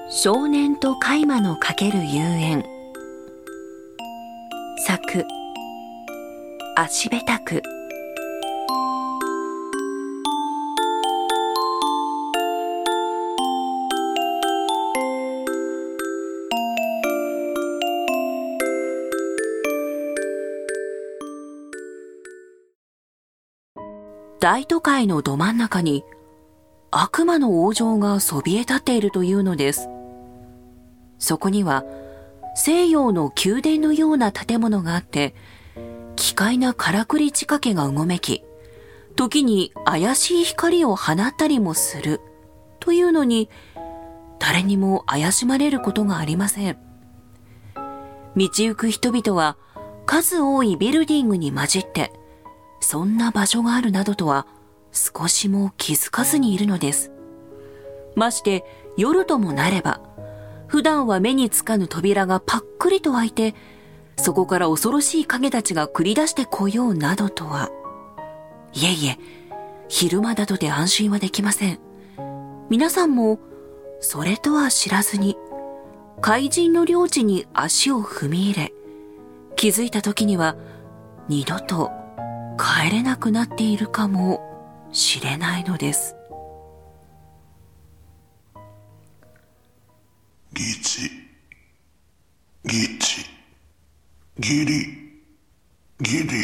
少年と海馬のかける遊園。作、足べたく。大都会のど真ん中に悪魔の王城がそびえ立っているというのです。そこには西洋の宮殿のような建物があって、奇怪なからくり仕掛けがうごめき、時に怪しい光を放ったりもするというのに、誰にも怪しまれることがありません。道行く人々は数多いビルディングに混じって、そんな場所があるなどとは少しも気づかずにいるのです。まして夜ともなれば、普段は目につかぬ扉がパックリと開いて、そこから恐ろしい影たちが繰り出してこようなどとは。いえいえ、昼間だとで安心はできません。皆さんもそれとは知らずに怪人の領地に足を踏み入れ、気づいた時には二度と帰れなくなっているかもしれないのです。 ギチ、ギチ、ギリ、ギリ。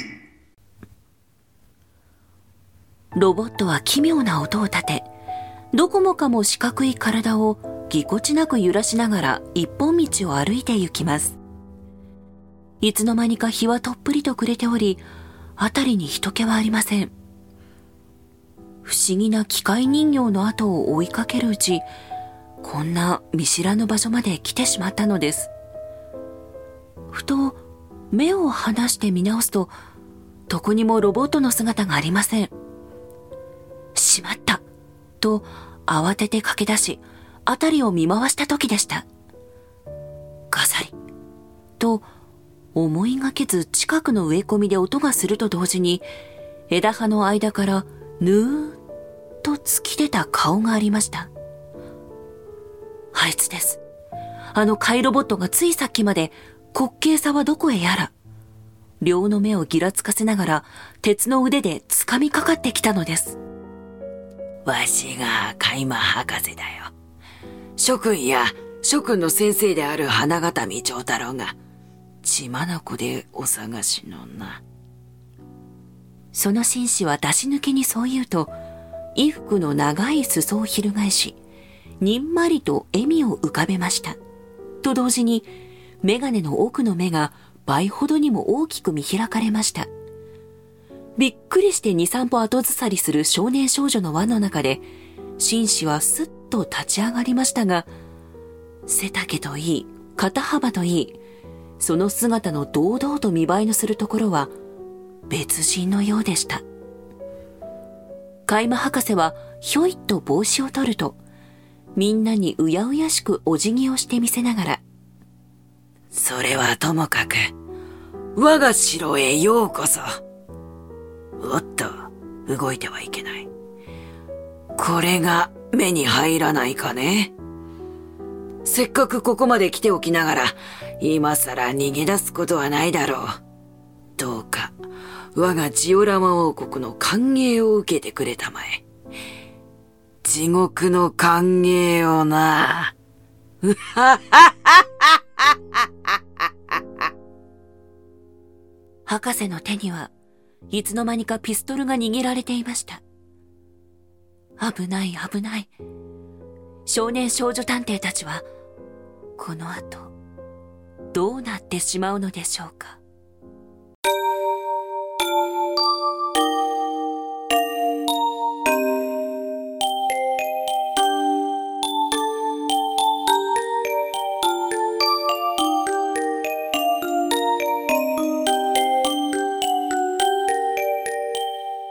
ロボットは奇妙な音を立て、どこもかも四角い体をぎこちなく揺らしながら一本道を歩いて行きます。いつの間にか日はとっぷりと暮れており、辺りに人気はありません。不思議な機械人形の後を追いかけるうち、こんな見知らぬ場所まで来てしまったのです。ふと目を離して見直すと、どこにもロボットの姿がありません。しまったと慌てて駆け出し、辺りを見回した時でした。ガサリと思いがけず近くの植え込みで音がすると同時に、枝葉の間からぬーっと突き出た顔がありました。あいつです。あの貝ロボットがついさっきまで滑稽さはどこへやら、両の目をぎらつかせながら鉄の腕で掴みかかってきたのです。 わしが海馬博士だよ。諸君や諸君の先生である花形見長太郎が血眼でお探しのな。 その紳士は出し抜けにそう言うと、衣服の長い裾を翻し、にんまりと笑みを浮かべました。と同時に、眼鏡の奥の目が倍ほどにも大きく見開かれました。びっくりして2、3歩後ずさりする少年少女の輪の中で、紳士はすっと立ち上がりましたが、背丈といい、肩幅といい、その姿の堂々と見栄えのするところは別人のようでした。海馬博士はひょいっと帽子を取ると、みんなにうやうやしくお辞儀をしてみせながら、 それはともかく、我が城へようこそ。おっと、動いてはいけない。これが目に入らないかね。せっかくここまで来ておきながら、今さら逃げ出すことはないだろう。どうか、我がジオラマ王国の歓迎を受けてくれたまえ。地獄の歓迎をな。 博士の手にはいつの間にかピストルが握られていました。危ない危ない。少年少女探偵たちはこの後どうなってしまうのでしょうか。